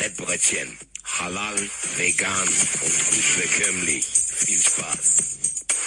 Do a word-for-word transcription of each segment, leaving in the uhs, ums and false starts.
Mettbrötchen. Halal, vegan und gut bekömmlich. Viel Spaß.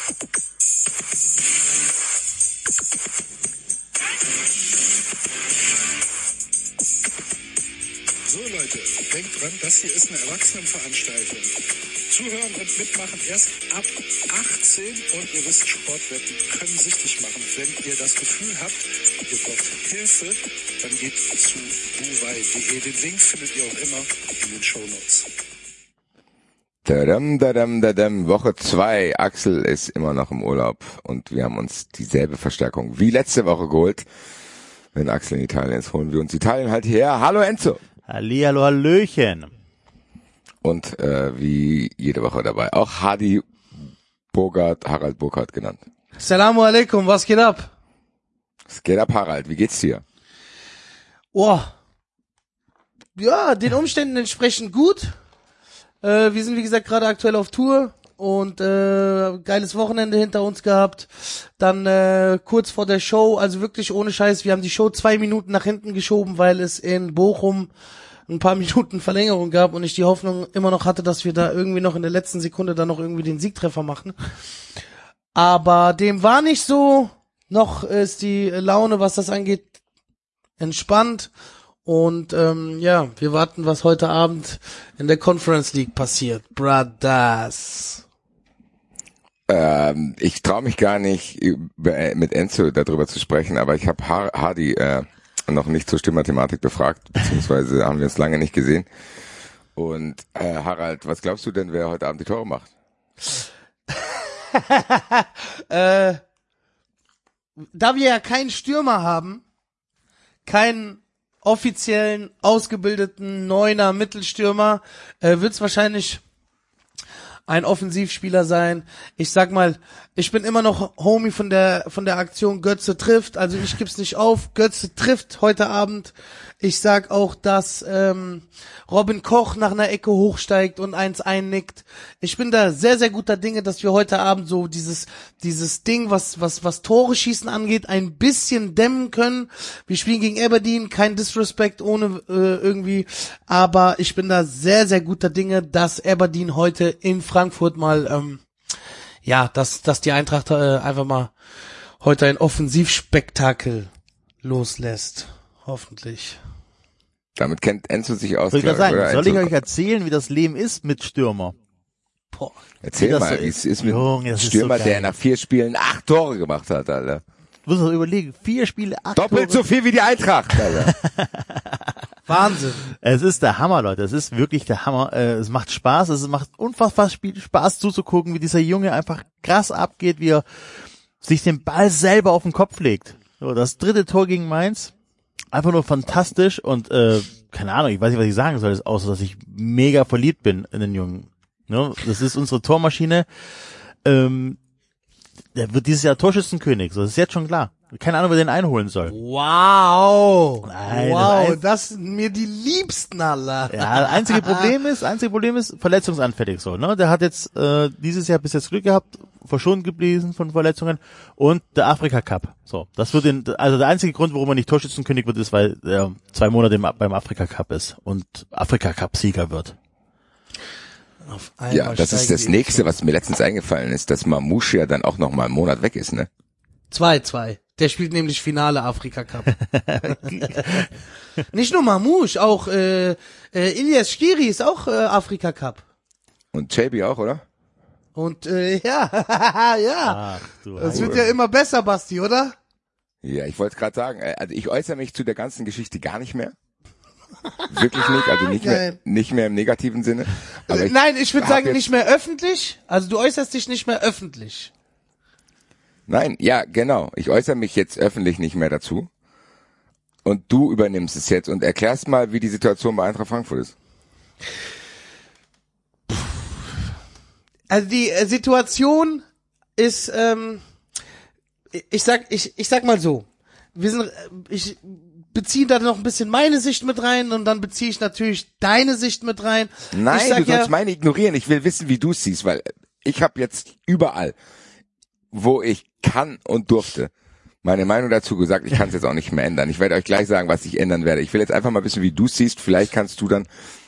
So Leute, denkt dran, das hier ist eine Erwachsenenveranstaltung. Zuhören und mitmachen erst ab achtzehn und ihr wisst, Sportwetten können süchtig machen. Wenn ihr das Gefühl habt, ihr braucht Hilfe, dann geht zu buwei punkt de. Den Link findet ihr auch immer in den Shownotes. Dadam, dadam, dadam. Woche zwei. Axel ist immer noch im Urlaub und wir haben uns dieselbe Verstärkung wie letzte Woche geholt. Wenn Axel in Italien ist, holen wir uns Italien halt her. Hallo Enzo. Hallihallo, Hallöchen. Und äh, wie jede Woche dabei auch Hadi Burkhardt, Harald Burkhardt genannt. Assalamu alaikum, was geht ab? Was geht ab, Harald? Wie geht's dir? Oh, ja, den Umständen entsprechend gut. Äh, wir sind, wie gesagt, gerade aktuell auf Tour und äh, geiles Wochenende hinter uns gehabt. Dann äh, kurz vor der Show, also wirklich ohne Scheiß, wir haben die Show zwei Minuten nach hinten geschoben, weil es in Bochum ein paar Minuten Verlängerung gab und ich die Hoffnung immer noch hatte, dass wir da irgendwie noch in der letzten Sekunde dann noch irgendwie den Siegtreffer machen. Aber dem war nicht so. Noch ist die Laune, was das angeht, entspannt. Und ähm, ja, wir warten, was heute Abend in der Conference League passiert. Brothers. Ähm, ich traue mich gar nicht, über, mit Enzo darüber zu sprechen, aber ich habe Hardy äh, noch nicht zur Stimmmathematik befragt, beziehungsweise haben wir uns lange nicht gesehen. Und äh, Harald, was glaubst du denn, wer heute Abend die Tore macht? äh, da wir ja keinen Stürmer haben, keinen offiziellen, ausgebildeten Neuner Mittelstürmer, äh, wird es wahrscheinlich ein Offensivspieler sein. Ich sag mal, ich bin immer noch Homie von der von der Aktion Götze trifft, also ich gib's nicht auf. Götze trifft heute Abend. Ich sag auch, dass ähm, Robin Koch nach einer Ecke hochsteigt und eins einnickt. Ich bin da sehr, sehr guter Dinge, dass wir heute Abend so dieses dieses Ding, was was was Tore schießen angeht, ein bisschen dämmen können. Wir spielen gegen Aberdeen, kein Disrespect ohne äh, irgendwie, aber ich bin da sehr, sehr guter Dinge, dass Aberdeen heute in Frankfurt mal, ähm, ja, dass dass die Eintracht äh, einfach mal heute ein Offensivspektakel loslässt. Hoffentlich. Damit kennt Enzo sich aus. Soll ich, glaub, sagen, oder? soll ich Enzo, euch erzählen, wie das Leben ist mit Stürmer? Boah. Erzähl wie mal, so wie es ist mit Junge, einem Stürmer, so der nach vier Spielen acht Tore gemacht hat, Alter. Du musst doch überlegen, vier Spiele, acht Doppelt Tore. so viel wie die Eintracht, Alter. Wahnsinn. Es ist der Hammer, Leute. Es ist wirklich der Hammer. Es macht Spaß. Es macht unfassbar Spaß zuzugucken, wie dieser Junge einfach krass abgeht, wie er sich den Ball selber auf den Kopf legt. So, das dritte Tor gegen Mainz. Einfach nur fantastisch und äh, keine Ahnung, ich weiß nicht, was ich sagen soll, außer dass ich mega verliebt bin in den Jungen. Ne? Das ist unsere Tormaschine. Ähm, der wird dieses Jahr Torschützenkönig, so das ist jetzt schon klar. Keine Ahnung, wer den einholen soll. Wow. Nein, wow, das, das sind mir die liebsten, Allah. ja, das einzige Problem ist, einzige Problem ist verletzungsanfällig so, ne? Der hat jetzt äh, dieses Jahr bis jetzt Glück gehabt, verschont geblieben von Verletzungen und der Afrika Cup. So, das wird den, also der einzige Grund, warum er nicht Torschützenkönig wird, ist, weil er zwei Monate im, beim Afrika Cup ist und Afrika Cup Sieger wird. Auf einmal Ja, das ist das Nächste, was mir letztens eingefallen ist, dass Mamouche ja dann auch noch mal einen Monat weg ist, ne? zwei zwei. Der spielt nämlich Finale Afrika Cup. Nicht nur Mamouche, auch äh, äh, Ilyas Skiri ist auch äh, Afrika Cup. Und J B auch, oder? Und äh, ja, ja. Ach, du Das Heilige. wird ja immer besser, Basti, oder? Ja, ich wollte gerade sagen, äh, also ich äußere mich zu der ganzen Geschichte gar nicht mehr. Wirklich nicht, also nicht mehr, Geil. nicht mehr im negativen Sinne. Aber ich Nein, ich würde hab sagen, jetzt- nicht mehr öffentlich. Also du äußerst dich nicht mehr öffentlich. Nein, ja, genau. Ich äußere mich jetzt öffentlich nicht mehr dazu. Und du übernimmst es jetzt und erklärst mal, wie die Situation bei Eintracht Frankfurt ist. Also die äh, Situation ist, ähm, ich sag, ich, ich sag mal so, wir sind, äh, ich beziehe da noch ein bisschen meine Sicht mit rein und dann beziehe ich natürlich deine Sicht mit rein. Nein, ich sag du sollst ja, meine ignorieren. Ich will wissen, wie du es siehst, weil ich habe jetzt überall, wo ich kann und durfte, meine Meinung dazu gesagt. Ich kann es jetzt auch nicht mehr ändern. Ich werde euch gleich sagen, was ich ändern werde. Ich will jetzt einfach mal wissen, wie du es siehst. Vielleicht kannst du dann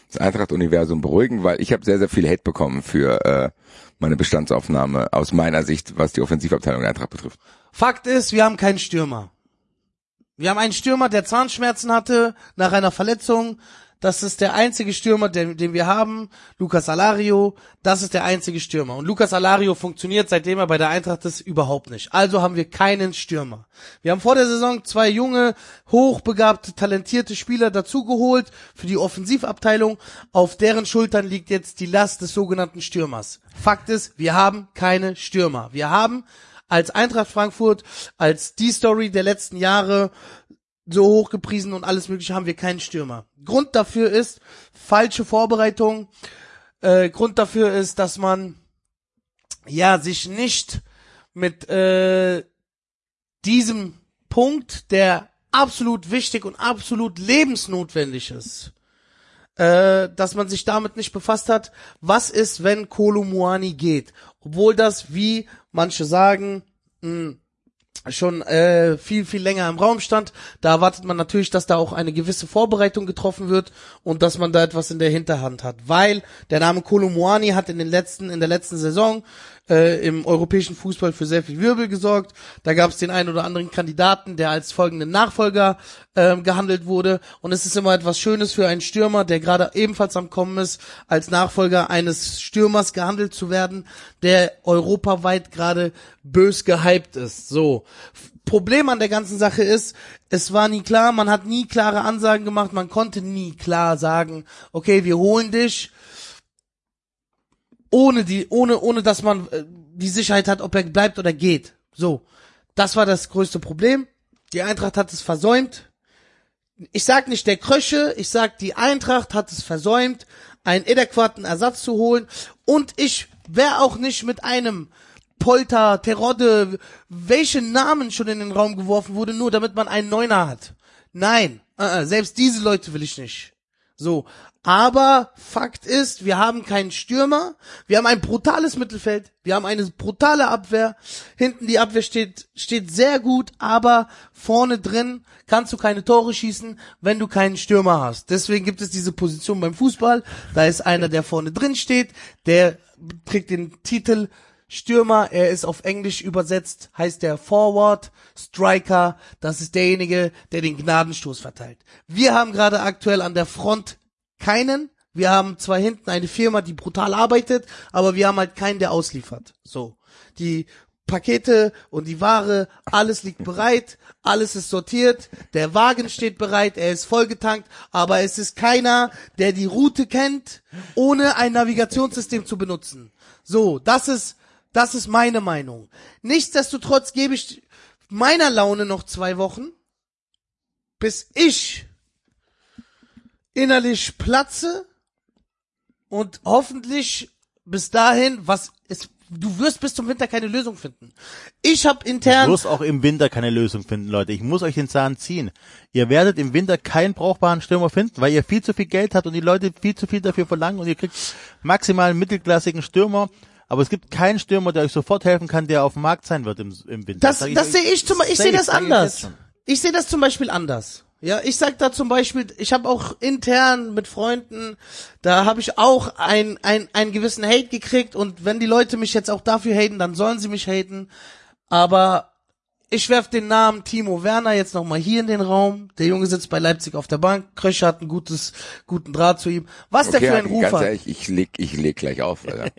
das Eintracht-Universum beruhigen, weil ich habe sehr, sehr viel Hate bekommen für äh, meine Bestandsaufnahme aus meiner Sicht, was die Offensivabteilung der Eintracht betrifft. Fakt ist, wir haben keinen Stürmer. Wir haben einen Stürmer, der Zahnschmerzen hatte nach einer Verletzung. Das ist der einzige Stürmer, den, den wir haben. Lucas Alario, das ist der einzige Stürmer. Und Lucas Alario funktioniert, seitdem er bei der Eintracht ist, überhaupt nicht. Also haben wir keinen Stürmer. Wir haben vor der Saison zwei junge, hochbegabte, talentierte Spieler dazugeholt für die Offensivabteilung. Auf deren Schultern liegt jetzt die Last des sogenannten Stürmers. Fakt ist, wir haben keine Stürmer. Wir haben als Eintracht Frankfurt, als die Story der letzten Jahre so hochgepriesen und alles mögliche, haben wir keinen Stürmer. Grund dafür ist falsche Vorbereitung. Äh, Grund dafür ist, dass man ja sich nicht mit äh, diesem Punkt, der absolut wichtig und absolut lebensnotwendig ist, äh, dass man sich damit nicht befasst hat. Was ist, wenn Kolo Muani geht? Obwohl das, wie manche sagen, mh, schon äh, viel, viel länger im Raum stand. Da erwartet man natürlich, dass da auch eine gewisse Vorbereitung getroffen wird und dass man da etwas in der Hinterhand hat. Weil der Name Kolo Muani hat in den letzten, in der letzten Saison äh, im europäischen Fußball für sehr viel Wirbel gesorgt. Da gab es den einen oder anderen Kandidaten, der als folgenden Nachfolger äh, gehandelt wurde. Und es ist immer etwas Schönes für einen Stürmer, der gerade ebenfalls am Kommen ist, als Nachfolger eines Stürmers gehandelt zu werden, der europaweit gerade bös gehypt ist. So. Problem an der ganzen Sache ist, es war nie klar, man hat nie klare Ansagen gemacht, man konnte nie klar sagen, okay, wir holen dich, ohne die, ohne, ohne dass man äh, die Sicherheit hat, ob er bleibt oder geht. So. Das war das größte Problem. Die Eintracht hat es versäumt. Ich sag nicht der Krösche, ich sag, die Eintracht hat es versäumt, einen adäquaten Ersatz zu holen. Und ich wäre auch nicht mit einem Polter, Terodde, welche Namen schon in den Raum geworfen wurde, nur damit man einen Neuner hat. Nein, äh, selbst diese Leute will ich nicht. So, aber Fakt ist, wir haben keinen Stürmer, wir haben ein brutales Mittelfeld, wir haben eine brutale Abwehr, hinten die Abwehr steht steht sehr gut, aber vorne drin kannst du keine Tore schießen, wenn du keinen Stürmer hast. Deswegen gibt es diese Position beim Fußball, da ist einer, der vorne drin steht, der trägt den Titel Stürmer, er ist auf Englisch übersetzt, heißt der Forward, Striker, das ist derjenige, der den Gnadenstoß verteilt. Wir haben gerade aktuell an der Front keinen, wir haben zwar hinten eine Firma, die brutal arbeitet, aber wir haben halt keinen, der ausliefert. So, die Pakete und die Ware, alles liegt bereit, alles ist sortiert, der Wagen steht bereit, er ist vollgetankt, aber es ist keiner, der die Route kennt, ohne ein Navigationssystem zu benutzen. So, das ist Das ist meine Meinung. Nichtsdestotrotz gebe ich meiner Laune noch zwei Wochen, bis ich innerlich platze und hoffentlich bis dahin, was ist, du wirst bis zum Winter keine Lösung finden. Ich habe intern... Du wirst auch im Winter keine Lösung finden, Leute. Ich muss euch den Zahn ziehen. Ihr werdet im Winter keinen brauchbaren Stürmer finden, weil ihr viel zu viel Geld habt und die Leute viel zu viel dafür verlangen und ihr kriegt maximal einen mittelklassigen Stürmer. Aber es gibt keinen Stürmer, der euch sofort helfen kann, der auf dem Markt sein wird im, im Winter. Das, das, das sehe ich zum Beispiel, ich sehe das anders. Ich sehe das zum Beispiel anders. Ja, ich sag da zum Beispiel, ich habe auch intern mit Freunden, da habe ich auch ein, ein, einen gewissen Hate gekriegt und wenn die Leute mich jetzt auch dafür haten, dann sollen sie mich haten. Aber ich werf den Namen Timo Werner jetzt nochmal hier in den Raum. Der Junge sitzt bei Leipzig auf der Bank. Krösche hat einen gutes, guten Draht zu ihm. Was okay, der für ein Ruf ganz hat. Ehrlich, ich leg, ich leg gleich auf, Alter.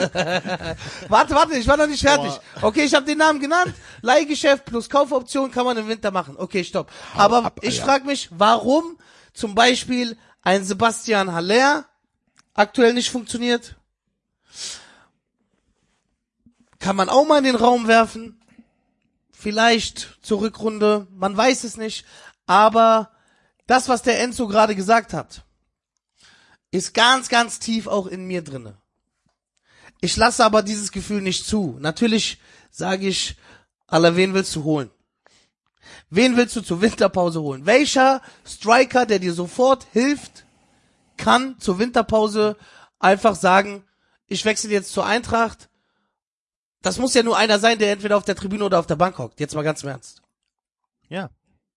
Warte, warte, ich war noch nicht fertig. Okay, ich habe den Namen genannt. Leihgeschäft plus Kaufoption kann man im Winter machen. Okay, stopp. Aber ab, ich ja. frage mich, warum zum Beispiel ein Sebastian Haller aktuell nicht funktioniert? Kann man auch mal in den Raum werfen. Vielleicht zur Rückrunde, man weiß es nicht, aber das, was der Enzo gerade gesagt hat, ist ganz, ganz tief auch in mir drinne. Ich lasse aber dieses Gefühl nicht zu. Natürlich sage ich, Alter, wen willst du holen? Wen willst du zur Winterpause holen? Welcher Striker, der dir sofort hilft, kann zur Winterpause einfach sagen, ich wechsle jetzt zur Eintracht? Das muss ja nur einer sein, der entweder auf der Tribüne oder auf der Bank hockt. Jetzt mal ganz im Ernst. Ja.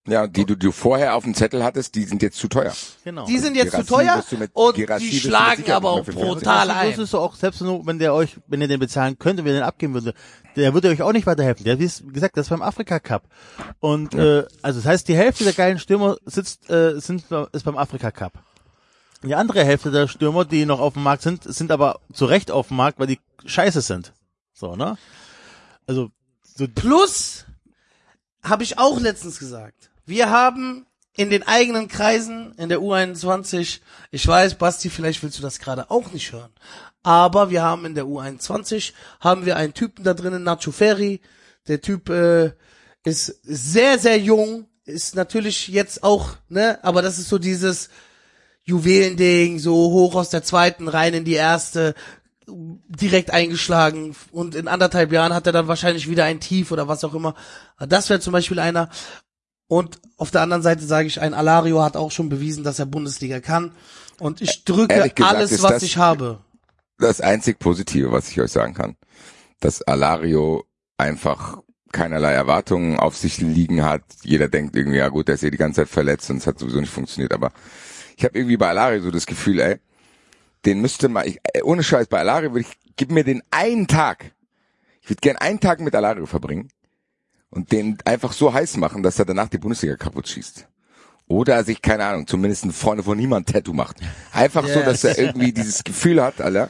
Ja, und die du, du vorher auf dem Zettel hattest, die sind jetzt zu teuer. Genau. Die sind jetzt zu Girassi teuer wirst du mit- und Girassi die wirst du mit schlagen Sicherheit aber auch nicht mehr für brutal Das ein. ist so auch, selbst nur, wenn der euch, wenn ihr den bezahlen könnt und wenn ihr den abgeben würde, der würde euch auch nicht weiterhelfen. Der, wie gesagt, das ist beim Afrika Cup. Und, Ja. äh, also, das heißt, die Hälfte der geilen Stürmer sitzt, äh, sind, ist beim Afrika Cup. Die andere Hälfte der Stürmer, die noch auf dem Markt sind, sind aber zu Recht auf dem Markt, weil die scheiße sind. So, ne? Also, so, Plus, habe ich auch letztens gesagt, wir haben in den eigenen Kreisen, in der U einundzwanzig, ich weiß, Basti, vielleicht willst du das gerade auch nicht hören, aber wir haben in der U einundzwanzig, haben wir einen Typen da drinnen, Nacho Ferri, der Typ äh, ist sehr, sehr jung, ist natürlich jetzt auch, ne, aber das ist so dieses Juwelending, so hoch aus der zweiten, rein in die erste, direkt eingeschlagen und in anderthalb Jahren hat er dann wahrscheinlich wieder ein Tief oder was auch immer. Das wäre zum Beispiel einer. Und auf der anderen Seite sage ich, ein Alario hat auch schon bewiesen, dass er Bundesliga kann. Und ich drücke Ehrlich gesagt alles, ist was das- ich habe. Das einzig Positive, was ich euch sagen kann, dass Alario einfach keinerlei Erwartungen auf sich liegen hat. Jeder denkt irgendwie, ja gut, der ist eh die ganze Zeit verletzt und es hat sowieso nicht funktioniert. Aber ich habe irgendwie bei Alario so das Gefühl, ey, den müsste mal, ich, ey, ohne Scheiß, bei Alario würde ich, gib mir den einen Tag. Ich würde gern einen Tag mit Alario verbringen und den einfach so heiß machen, dass er danach die Bundesliga kaputt schießt. Oder sich, keine Ahnung, zumindest ein Freunde von niemand Tattoo macht. Einfach so, dass er irgendwie dieses Gefühl hat, Alter,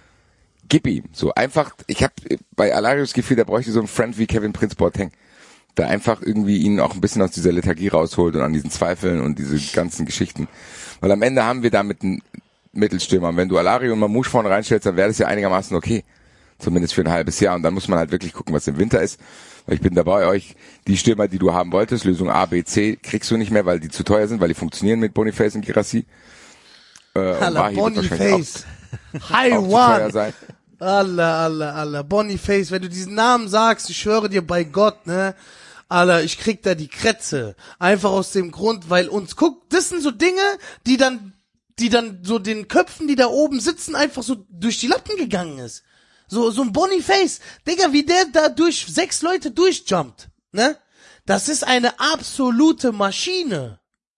gib ihm. So einfach, ich habe bei Alario das Gefühl, der bräuchte so einen Friend wie Kevin Prince Boateng, der einfach irgendwie ihn auch ein bisschen aus dieser Lethargie rausholt und an diesen Zweifeln und diese ganzen Geschichten. Weil am Ende haben wir damit einen Mittelstürmer. Und wenn du Alario und Mamouche vorne reinstellst, dann wäre das ja einigermaßen okay. Zumindest für ein halbes Jahr. Und dann muss man halt wirklich gucken, was im Winter ist. Weil ich bin dabei euch, die Stürmer, die du haben wolltest, Lösung A, B, C, kriegst du nicht mehr, weil die zu teuer sind, weil die funktionieren mit Boniface und Girassi. Äh, und Alla, Wahi wird wahrscheinlich Boniface. High auch, auch zu teuer One. sein. Alla, alla, alla. Boniface, wenn du diesen Namen sagst, ich schwöre dir bei Gott, ne? Alla, ich krieg da die Krätze. Einfach aus dem Grund, weil uns, guck, das sind so Dinge, die dann, die dann so den Köpfen, die da oben sitzen, einfach so durch die Lappen gegangen ist. So, so ein Boniface. Digga, wie der da durch sechs Leute durchjumpt, ne? Das ist eine absolute Maschine.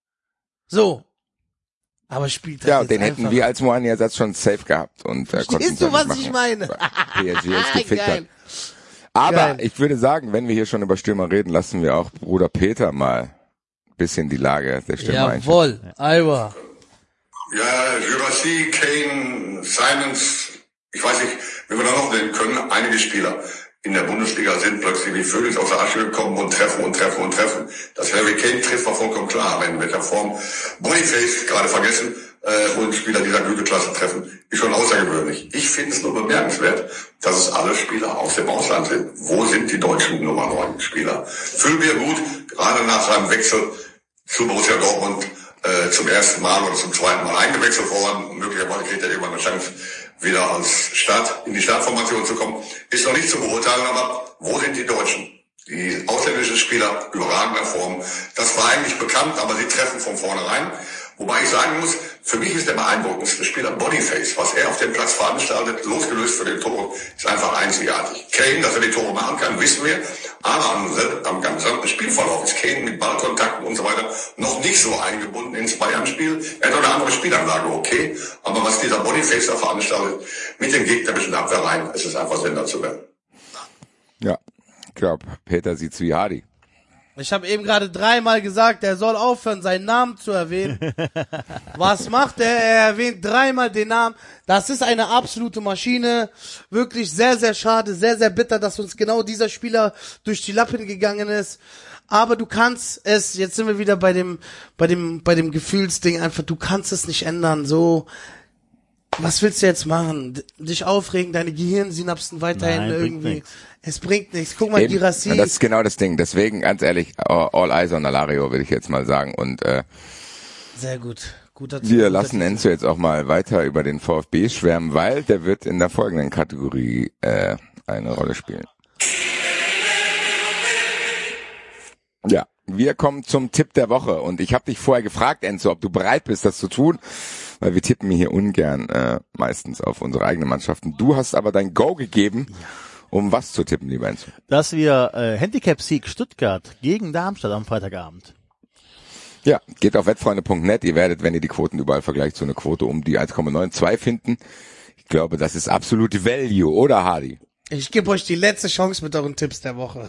So. Aber spielt halt Ja, und jetzt den hätten einfach. wir als Moani-Ersatz schon safe gehabt. Und äh, konnten Verstehst du, es was nicht ich machen, meine? weil P S G es gefickt Geil. hat. Aber Geil. ich würde sagen, wenn wir hier schon über Stürmer reden, lassen wir auch Bruder Peter mal ein bisschen die Lage der Stürmer einschätzen. Jawohl, Alba. Ja, Girassi, Kane, Simons, ich weiß nicht, wie wir da noch nennen können, einige Spieler in der Bundesliga sind plötzlich wie Vögel aus der Asche gekommen und treffen und treffen und treffen. Dass Harry Kane trifft, war vollkommen klar, aber in welcher Form Boniface, gerade vergessen, äh, und Spieler dieser Güteklasse treffen, ist schon außergewöhnlich. Ich finde es nur bemerkenswert, dass es alle Spieler aus dem Ausland sind. Wo sind die deutschen Nummer neun Spieler? Füllbier gut, gerade nach seinem Wechsel zu Borussia Dortmund äh, zum ersten Mal oder zum zweiten Mal eingewechselt worden. Möglicherweise kriegt er irgendwann eine Chance, wieder als Start, in die Startformation zu kommen. Ist noch nicht zu beurteilen, aber wo sind die Deutschen? Die ausländischen Spieler, überragender Form. Das war eigentlich bekannt, aber sie treffen von vornherein. Wobei ich sagen muss, für mich ist der beeindruckendste Spieler Boniface. Was er auf dem Platz veranstaltet, losgelöst für den Tor, ist einfach einzigartig. Kane, dass er die Tore machen kann, wissen wir. Aber am, am gesamten Spielverlauf ist Kane mit Ballkontakten und so weiter noch nicht so eingebunden ins Bayern-Spiel. Er hat auch eine andere Spielanlage, okay. Aber was dieser Boniface da veranstaltet, mit den gegnerischen Abwehrreihen, es ist einfach sensationell. Ja, ich glaube, Peter sieht's wie Hardy. Ich habe eben gerade dreimal gesagt, er soll aufhören, seinen Namen zu erwähnen. Was macht er? Er erwähnt dreimal den Namen. Das ist eine absolute Maschine. Wirklich sehr, sehr schade, sehr, sehr bitter, dass uns genau dieser Spieler durch die Lappen gegangen ist. Aber du kannst es, jetzt sind wir wieder bei dem, bei dem, bei dem Gefühlsding einfach, du kannst es nicht ändern, so. Was willst du jetzt machen? D- Dich aufregen, deine Gehirnsynapsen weiterhin Nein, bringt irgendwie. nix. Es bringt nichts. Guck mal, Eben. Girassi. Und das ist genau das Ding. Deswegen, ganz ehrlich, all eyes on Alario, würde ich jetzt mal sagen. Und äh, Sehr gut. Guter wir guter lassen Titel. Enzo jetzt auch mal weiter über den VfB schwärmen, weil der wird in der folgenden Kategorie äh, eine Rolle spielen. Ja, wir kommen zum Tipp der Woche. Und ich habe dich vorher gefragt, Enzo, ob du bereit bist, das zu tun. Weil wir tippen hier ungern äh, meistens auf unsere eigenen Mannschaften. Du hast aber dein Go gegeben, um was zu tippen, lieber Enzo. Dass wir äh, Handicap-Sieg Stuttgart gegen Darmstadt am Freitagabend. Ja, geht auf wettfreunde punkt net. Ihr werdet, wenn ihr die Quoten überall vergleicht, so eine Quote um die eins Komma neun zwei finden. Ich glaube, das ist absolut Value, oder Hardy? Ich gebe euch die letzte Chance mit euren Tipps der Woche.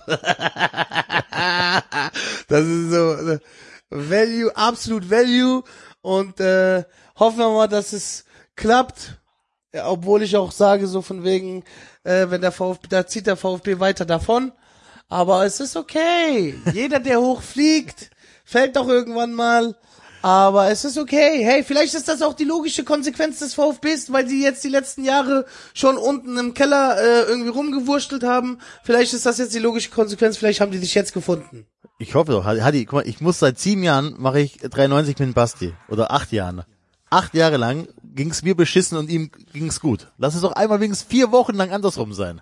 Das ist so äh, Value, absolut Value. Und äh, hoffen wir mal, dass es klappt. Ja, obwohl ich auch sage, so von wegen, äh, wenn der VfB, da zieht der VfB weiter davon. Aber es ist okay. Jeder, der hochfliegt, fällt doch irgendwann mal. Aber es ist okay. Hey, vielleicht ist das auch die logische Konsequenz des VfBs, weil die jetzt die letzten Jahre schon unten im Keller äh, irgendwie rumgewurstelt haben. Vielleicht ist das jetzt die logische Konsequenz. Vielleicht haben die dich jetzt gefunden. Ich hoffe doch. Hadi, guck mal, ich muss seit sieben Jahren mache ich dreiundneunzig mit dem Basti. Oder acht Jahren. Acht Jahre lang ging's mir beschissen und ihm ging's gut. Lass es doch einmal wenigstens vier Wochen lang andersrum sein.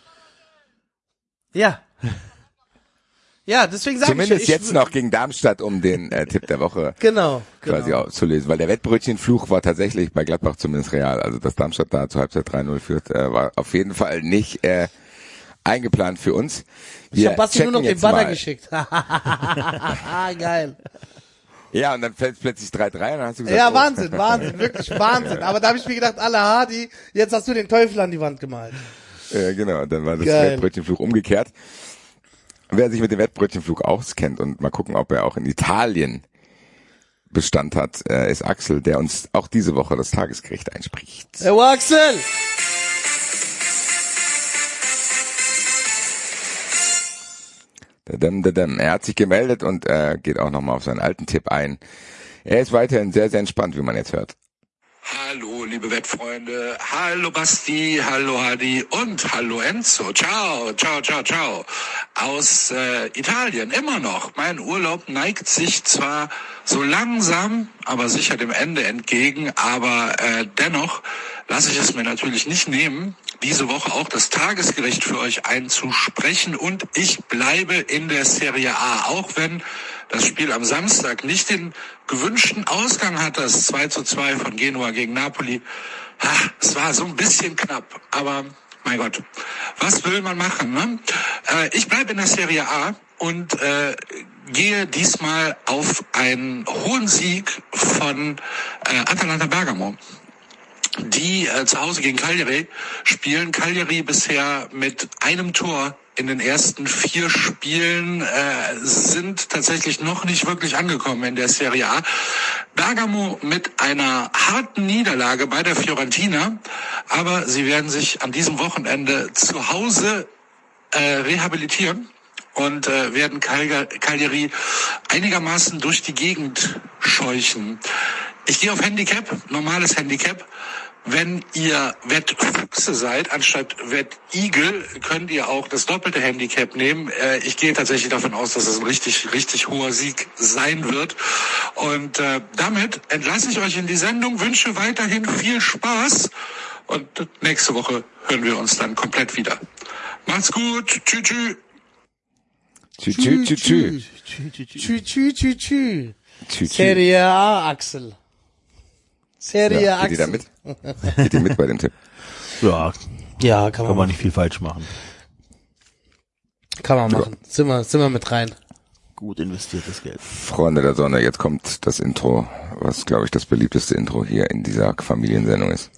Ja. Ja, deswegen sage ich Zumindest ich, jetzt noch gegen Darmstadt, um den äh, Tipp der Woche Genau, quasi genau. auszulösen. Weil der Wettbrötchenfluch war tatsächlich bei Gladbach zumindest real. Also dass Darmstadt da zur Halbzeit drei null führt, äh, war auf jeden Fall nicht äh, eingeplant für uns. Ich Wir habe Basti nur noch checken den jetzt Banner mal. geschickt. Geil. Ja, und dann fällt es plötzlich drei drei und dann hast du gesagt, Ja, oh. Wahnsinn, Wahnsinn, wirklich Wahnsinn. Aber da habe ich mir gedacht, alle Hardy, jetzt hast du den Teufel an die Wand gemalt. Ja, genau, dann war das Geil. Wettbrötchenfluch umgekehrt. Wer sich mit dem Wettbrötchenflug auskennt und mal gucken, ob er auch in Italien Bestand hat, äh, ist Axel, der uns auch diese Woche das Tagesgericht einspricht. Hey, Axel! Dadam, dadam. Er hat sich gemeldet und äh, geht auch nochmal auf seinen alten Tipp ein. Er ist weiterhin sehr, sehr entspannt, wie man jetzt hört. Hallo, liebe Wettfreunde. Hallo Basti, hallo Hadi und hallo Enzo. Ciao, ciao, ciao, ciao. Aus äh, Italien immer noch. Mein Urlaub neigt sich zwar so langsam, aber sicher dem Ende entgegen, aber äh, dennoch lasse ich es mir natürlich nicht nehmen, diese Woche auch das Tagesgericht für euch einzusprechen, und ich bleibe in der Serie A, auch wenn das Spiel am Samstag nicht den gewünschten Ausgang hat, das zwei zu zwei von Genua gegen Napoli. Ha, es war so ein bisschen knapp, aber mein Gott, was will man machen, ne? Äh, ich bleibe in der Serie A und äh, gehe diesmal auf einen hohen Sieg von äh, Atalanta Bergamo, die äh, zu Hause gegen Cagliari spielen. Cagliari bisher mit einem Tor in den ersten vier Spielen, äh, sind tatsächlich noch nicht wirklich angekommen in der Serie A. Bergamo mit einer harten Niederlage bei der Fiorentina, aber sie werden sich an diesem Wochenende zu Hause äh, rehabilitieren und äh, werden Cagliari einigermaßen durch die Gegend scheuchen. Ich gehe auf Handicap, normales Handicap. Wenn ihr Wettfüchse seid, anstatt Wettigel, könnt ihr auch das doppelte Handicap nehmen. Äh, ich gehe tatsächlich davon aus, dass es ein richtig, richtig hoher Sieg sein wird. Und äh, damit entlasse ich euch in die Sendung, wünsche weiterhin viel Spaß. Und nächste Woche hören wir uns dann komplett wieder. Macht's gut. Tschü, tschü. Tschü, tschü, tschü, tschü. Tschü, tschü, tschü, tschü. Tschü, tschü. Serie A, Axel. Serie Ja, A, geht ihr Axel. da mit? Geht ihr mit bei dem Tipp? Ja, Ja, kann man, kann man machen. nicht viel falsch machen. Kann man machen. Sind wir, sind wir mit rein. Gut investiertes Geld. Freunde der Sonne, jetzt kommt das Intro, was, glaube ich, das beliebteste Intro hier in dieser Familiensendung ist.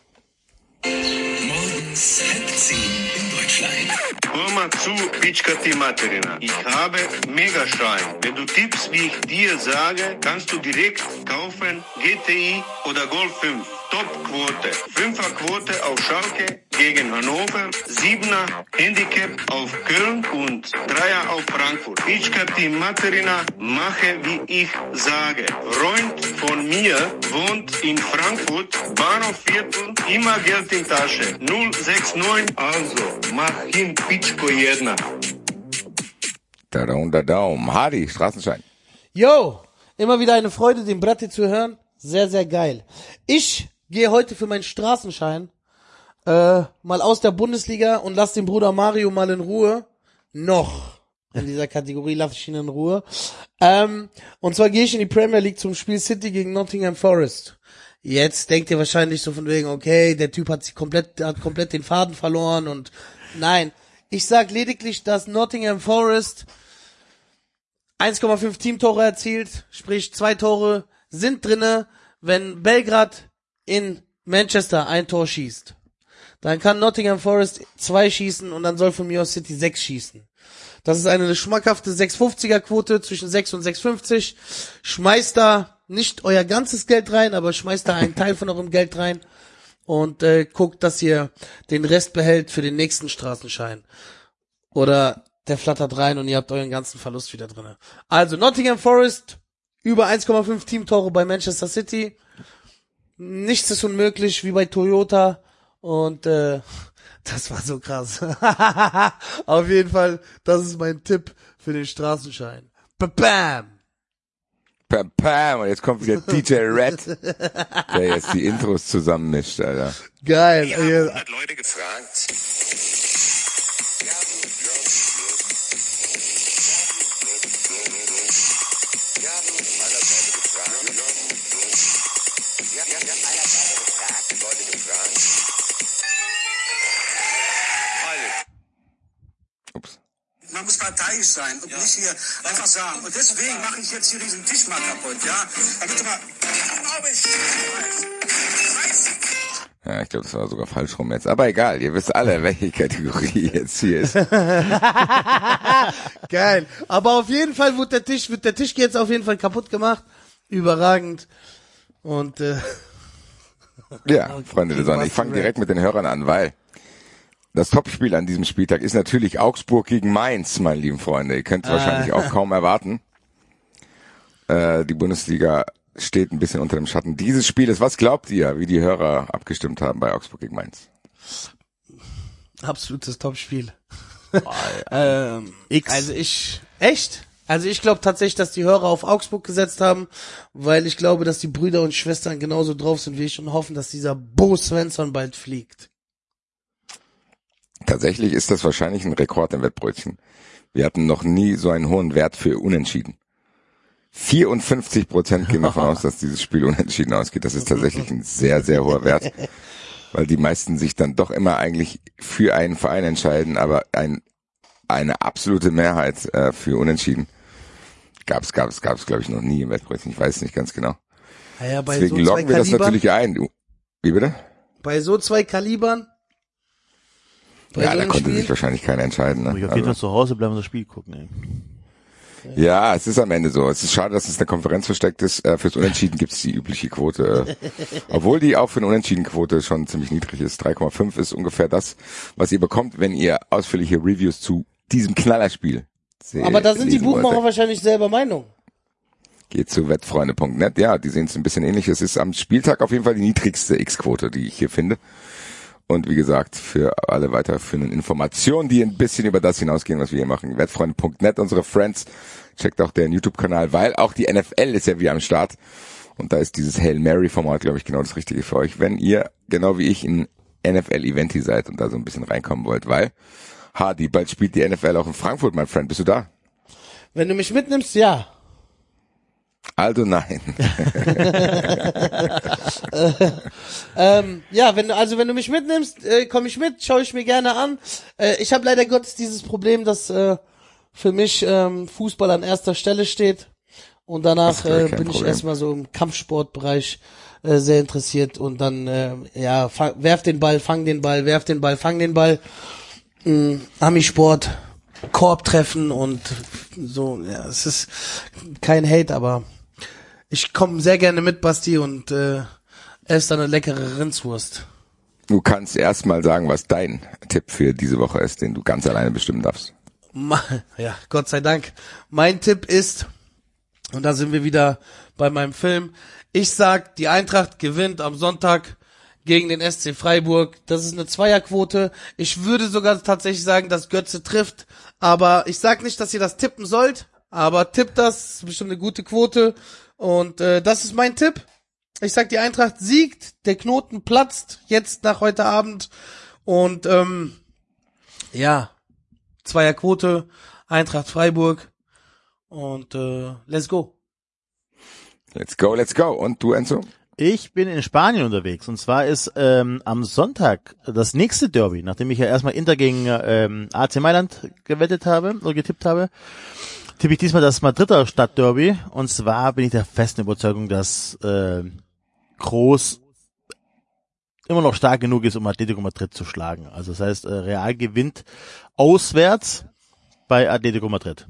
Morgens halb zehn in Deutschland. Hör mal zu, Pitschkati Materina. Ich habe Megaschein. Wenn du tippst, wie ich dir sage, kannst du direkt kaufen G T I oder Golf fünf. Top-Quote. Fünfer-Quote auf Schalke gegen Hannover. Siebener Handicap auf Köln und Dreier auf Frankfurt. Pitschkati Materina, mache wie ich sage. Freund von mir wohnt in Frankfurt, Bahnhofviertel, immer Geld in Tasche. null sechs neun, also mach hin Pitschko jedna. Da Daum, da Daum. Hardy, Straßenschein. Yo, immer wieder eine Freude, den Bratti zu hören. Sehr, sehr geil. Ich gehe heute für meinen Straßenschein äh, mal aus der Bundesliga und lass den Bruder Mario mal in Ruhe. Noch in dieser Kategorie lasse ich ihn in Ruhe. Ähm, und zwar gehe ich in die Premier League zum Spiel City gegen Nottingham Forest. Jetzt denkt ihr wahrscheinlich so von wegen, okay, der Typ hat sich komplett, hat komplett den Faden verloren und nein. Ich sag lediglich, dass Nottingham Forest eins Komma fünf Teamtore erzielt, sprich zwei Tore sind drinne, wenn Belgrad in Manchester ein Tor schießt. Dann kann Nottingham Forest zwei schießen und dann soll von mir aus City sechs schießen. Das ist eine schmackhafte sechs Komma fünfziger Quote zwischen sechs und sechs Komma fünfzig. Schmeißt da nicht euer ganzes Geld rein, aber schmeißt da einen Teil von eurem Geld rein und äh, guckt, dass ihr den Rest behält für den nächsten Straßenschein. Oder der flattert rein und ihr habt euren ganzen Verlust wieder drinne. Also Nottingham Forest über eins Komma fünf Teamtore bei Manchester City. Nichts ist unmöglich, wie bei Toyota. Und äh, das war so krass. Auf jeden Fall, das ist mein Tipp für den Straßenschein. Bam! Bam, bam. Und jetzt kommt wieder D J Red, der jetzt die Intros zusammenmischt, Alter. Geil. Wir haben hundert Leute gefragt. Ups. Man muss parteiisch sein und ja. nicht hier einfach sagen. Und deswegen mache ich jetzt hier diesen Tisch mal kaputt, ja? Damit du mal, glaube ich, ja, ich glaube, das war sogar falsch rum jetzt. Aber egal, ihr wisst alle, welche Kategorie jetzt hier ist. Geil. Aber auf jeden Fall wird der Tisch, wird der Tisch jetzt auf jeden Fall kaputt gemacht. Überragend. Und äh, ja, Freunde der Sonne, ich fange direkt mit den Hörern an, weil das Topspiel an diesem Spieltag ist natürlich Augsburg gegen Mainz, meine lieben Freunde. Ihr könnt es wahrscheinlich auch kaum erwarten. Äh, die Bundesliga steht ein bisschen unter dem Schatten dieses Spieles. Was glaubt ihr, wie die Hörer abgestimmt haben bei Augsburg gegen Mainz? Absolutes Topspiel. ähm, X. Also ich, echt? Also ich glaube tatsächlich, dass die Hörer auf Augsburg gesetzt haben, weil ich glaube, dass die Brüder und Schwestern genauso drauf sind wie ich und hoffen, dass dieser Bo Svensson bald fliegt. Tatsächlich ist das wahrscheinlich ein Rekord im Wettbrötchen. Wir hatten noch nie so einen hohen Wert für Unentschieden. vierundfünfzig Prozent gehen davon aus, dass dieses Spiel unentschieden ausgeht. Das ist tatsächlich ein sehr, sehr hoher Wert, weil die meisten sich dann doch immer eigentlich für einen Verein entscheiden, aber ein, eine absolute Mehrheit äh, für Unentschieden gab's, gab's, gab's, glaube ich, noch nie im Wettbrötchen. Ich weiß nicht ganz genau. Ja, ja, bei Deswegen so loggen wir das natürlich ein. Wie bitte? Bei so zwei Kalibern? Bei Ja, so da konnte Spiel? sich wahrscheinlich keiner entscheiden. Ne? Muss ich auf jeden Fall zu Hause bleiben und das Spiel gucken, ey. Ja, es ist am Ende so. Es ist schade, dass es eine Konferenz versteckt ist. Äh, fürs Unentschieden gibt's die übliche Quote. Äh, obwohl die auch für eine Unentschieden-Quote schon ziemlich niedrig ist. drei Komma fünf ist ungefähr das, was ihr bekommt, wenn ihr ausführliche Reviews zu diesem Knallerspiel seht. Aber da sind die Buchmacher wahrscheinlich selber Meinung. Geht zu wettfreunde Punkt net. Ja, die sehen es ein bisschen ähnlich. Es ist am Spieltag auf jeden Fall die niedrigste X-Quote, die ich hier finde. Und wie gesagt, für alle weiterführenden Informationen, die ein bisschen über das hinausgehen, was wir hier machen, wettfreunde Punkt net, unsere Friends, checkt auch deren YouTube-Kanal, weil auch die N F L ist ja wieder am Start. Und da ist dieses Hail Mary-Format, glaube ich, genau das Richtige für euch, wenn ihr, genau wie ich, ein N F L-Eventi seid und da so ein bisschen reinkommen wollt, weil, Hardy, bald spielt die N F L auch in Frankfurt, mein Friend. Bist du da? Wenn du mich mitnimmst, ja. Also nein. ähm, ja, wenn du, also wenn du mich mitnimmst, äh, komme ich mit, schaue ich mir gerne an. Äh, ich habe leider Gottes dieses Problem, dass äh, für mich ähm, Fußball an erster Stelle steht und danach äh, bin Problem. ich erstmal so im Kampfsportbereich äh, sehr interessiert und dann äh, ja fang, werf den Ball, fang den Ball, werf den Ball, fang den Ball. Ähm, Ami-Sport, Korb treffen und so. Ja, es ist kein Hate, aber ich komme sehr gerne mit, Basti, und äh, esse dann eine leckere Rindswurst. Du kannst erst mal sagen, was dein Tipp für diese Woche ist, den du ganz alleine bestimmen darfst. Ja, Gott sei Dank. Mein Tipp ist, und da sind wir wieder bei meinem Film, ich sag, die Eintracht gewinnt am Sonntag gegen den S C Freiburg. Das ist eine Zweierquote. Ich würde sogar tatsächlich sagen, dass Götze trifft, aber ich sag nicht, dass ihr das tippen sollt, aber tippt das, ist bestimmt eine gute Quote. Und äh, das ist mein Tipp. Ich sag, die Eintracht siegt, der Knoten platzt jetzt nach heute Abend und ähm, ja, Zweierquote, Eintracht Freiburg und äh, let's go. Let's go, let's go. Und du, Enzo? Ich bin in Spanien unterwegs und zwar ist ähm, am Sonntag das nächste Derby, nachdem ich ja erstmal Inter gegen ähm, A C Mailand gewettet habe oder getippt habe. tippe ich diesmal das Madrider Stadtderby. Und zwar bin ich der festen Überzeugung, dass äh, Kroos immer noch stark genug ist, um Atletico Madrid zu schlagen. Also das heißt, äh, Real gewinnt auswärts bei Atletico Madrid.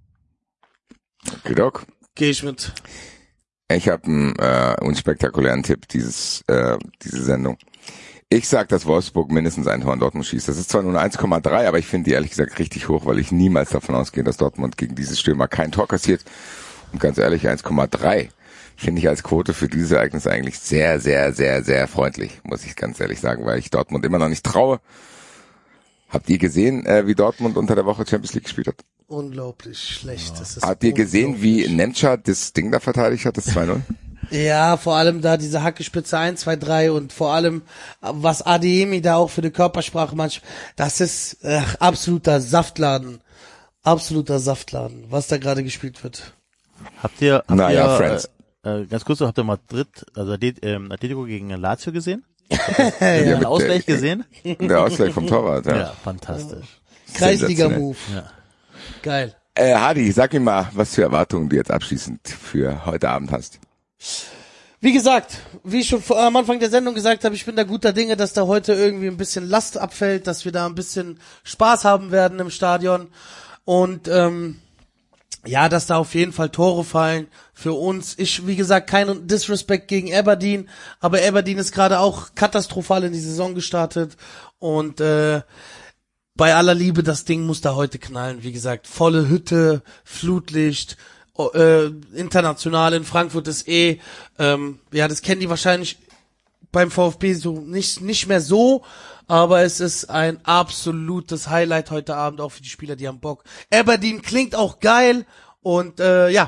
Okay, Doc. Geh ich mit. Ich habe einen äh, unspektakulären Tipp, dieses äh, diese Sendung. Ich sag, dass Wolfsburg mindestens ein Tor in Dortmund schießt. Das ist zwar nur eine eins Komma drei, aber ich finde die ehrlich gesagt richtig hoch, weil ich niemals davon ausgehe, dass Dortmund gegen diese Stürmer kein Tor kassiert. Und ganz ehrlich, eins Komma drei finde ich als Quote für dieses Ereignis eigentlich sehr, sehr, sehr, sehr freundlich, muss ich ganz ehrlich sagen, weil ich Dortmund immer noch nicht traue. Habt ihr gesehen, äh, wie Dortmund unter der Woche Champions League gespielt hat? Unglaublich schlecht. Ja. Das ist Habt ihr gesehen, wie Nemca das Ding da verteidigt hat, das zwei null? Ja, vor allem da diese Hackespitze eins, zwei, drei und vor allem, was Adeyemi da auch für die Körpersprache manchmal, das ist äh, absoluter Saftladen. Absoluter Saftladen, was da gerade gespielt wird. Habt ihr, habt naja, ihr Friends. Äh, äh, ganz kurz, habt ihr Madrid, also ähm, Atletico gegen Lazio gesehen? Ja, Den mit Ausgleich der, gesehen? Der Ausgleich vom Torwart, ja. Ja, fantastisch. Kreisliga-Move. Ja. Geil. Äh, Hadi, sag mir mal, was für Erwartungen du jetzt abschließend für heute Abend hast. Wie gesagt, wie ich schon vor, am Anfang der Sendung gesagt habe, ich bin da guter Dinge, dass da heute irgendwie ein bisschen Last abfällt, dass wir da ein bisschen Spaß haben werden im Stadion und ähm, ja, dass da auf jeden Fall Tore fallen für uns. Ich, wie gesagt, kein Disrespect gegen Aberdeen, aber Aberdeen ist gerade auch katastrophal in die Saison gestartet und äh, bei aller Liebe, das Ding muss da heute knallen. Wie gesagt, volle Hütte, Flutlicht, äh, international in Frankfurt ist eh, ähm, ja, das kennen die wahrscheinlich beim VfB so nicht nicht mehr so, aber es ist ein absolutes Highlight heute Abend auch für die Spieler, die haben Bock. Aberdeen klingt auch geil und äh, ja,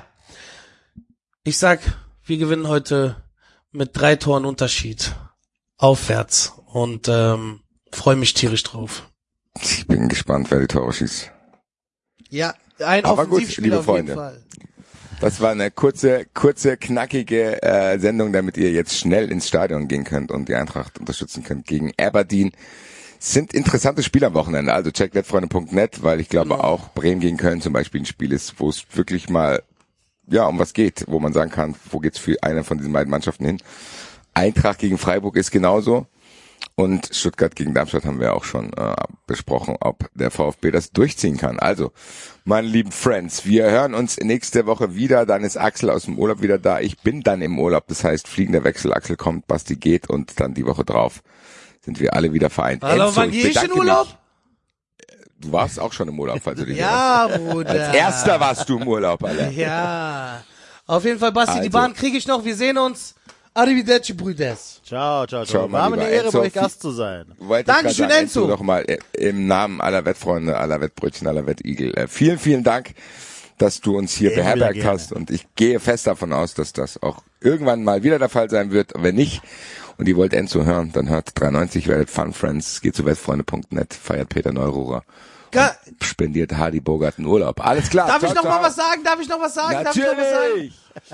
ich sag, wir gewinnen heute mit drei Toren Unterschied aufwärts und ähm, freue mich tierisch drauf. Ich bin gespannt, wer die Tore schießt. Ja, ein Aber gut, Offensivspieler liebe auf Freunde. jeden Fall. Das war eine kurze, kurze, knackige äh, Sendung, damit ihr jetzt schnell ins Stadion gehen könnt und die Eintracht unterstützen könnt gegen Aberdeen. Sind interessante Spiele am Wochenende, also checkt wettfreunde punkt net, weil ich glaube Genau. auch Bremen gegen Köln zum Beispiel ein Spiel ist, wo es wirklich mal ja um was geht, wo man sagen kann, wo geht's für eine von diesen beiden Mannschaften hin. Eintracht gegen Freiburg ist genauso. Und Stuttgart gegen Darmstadt haben wir auch schon äh, besprochen, ob der VfB das durchziehen kann. Also, meine lieben Friends, wir hören uns nächste Woche wieder. Dann ist Axel aus dem Urlaub wieder da. Ich bin dann im Urlaub, das heißt fliegender Wechsel. Axel kommt, Basti geht und dann die Woche drauf sind wir alle wieder vereint. Hallo, Enzo, wann gehe ich in bedanke Urlaub? mich. Du warst auch schon im Urlaub, falls du dich Ja, erinnerst. Bruder. Als erster warst du im Urlaub, Alter. Ja. Auf jeden Fall, Basti, die Also. Bahn kriege ich noch. Wir sehen uns. Arrivederci, Brüders. Ciao, ciao, Ciao, ciao. mein War mir eine lieber Ehre, bei Enzo. euch Gast zu sein. Wollte ich Dankeschön, grad sagen, Enzo. Noch mal äh, im Namen aller Wettfreunde, aller Wettbrötchen, aller Wettigel. Äh, vielen, vielen Dank, dass du uns hier Immer beherbergt wieder gerne. hast und ich gehe fest davon aus, dass das auch irgendwann mal wieder der Fall sein wird. Wenn nicht und ihr wollt Enzo hören, dann hört dreiundneunzig, werdet Fun Friends, geht zu wettfreunde punkt net, feiert Peter Neururer, Ga spendiert Hardy Bogart einen Urlaub. Alles klar. Darf ciao, ich noch ciao. mal was sagen? Darf ich noch was sagen? Darf ich noch was sagen? Natürlich.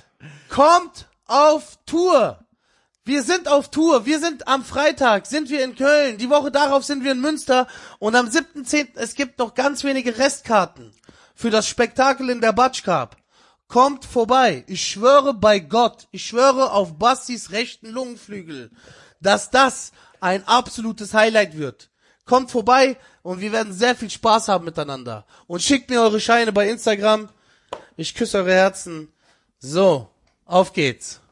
Kommt auf Tour. Wir sind auf Tour. Wir sind am Freitag, sind wir in Köln. Die Woche darauf sind wir in Münster. Und am siebten zehnten es gibt noch ganz wenige Restkarten für das Spektakel in der Batsch Cup. Kommt vorbei. Ich schwöre bei Gott, ich schwöre auf Bastis rechten Lungenflügel, dass das ein absolutes Highlight wird. Kommt vorbei und wir werden sehr viel Spaß haben miteinander. Und schickt mir eure Scheine bei Instagram. Ich küsse eure Herzen. So, auf geht's.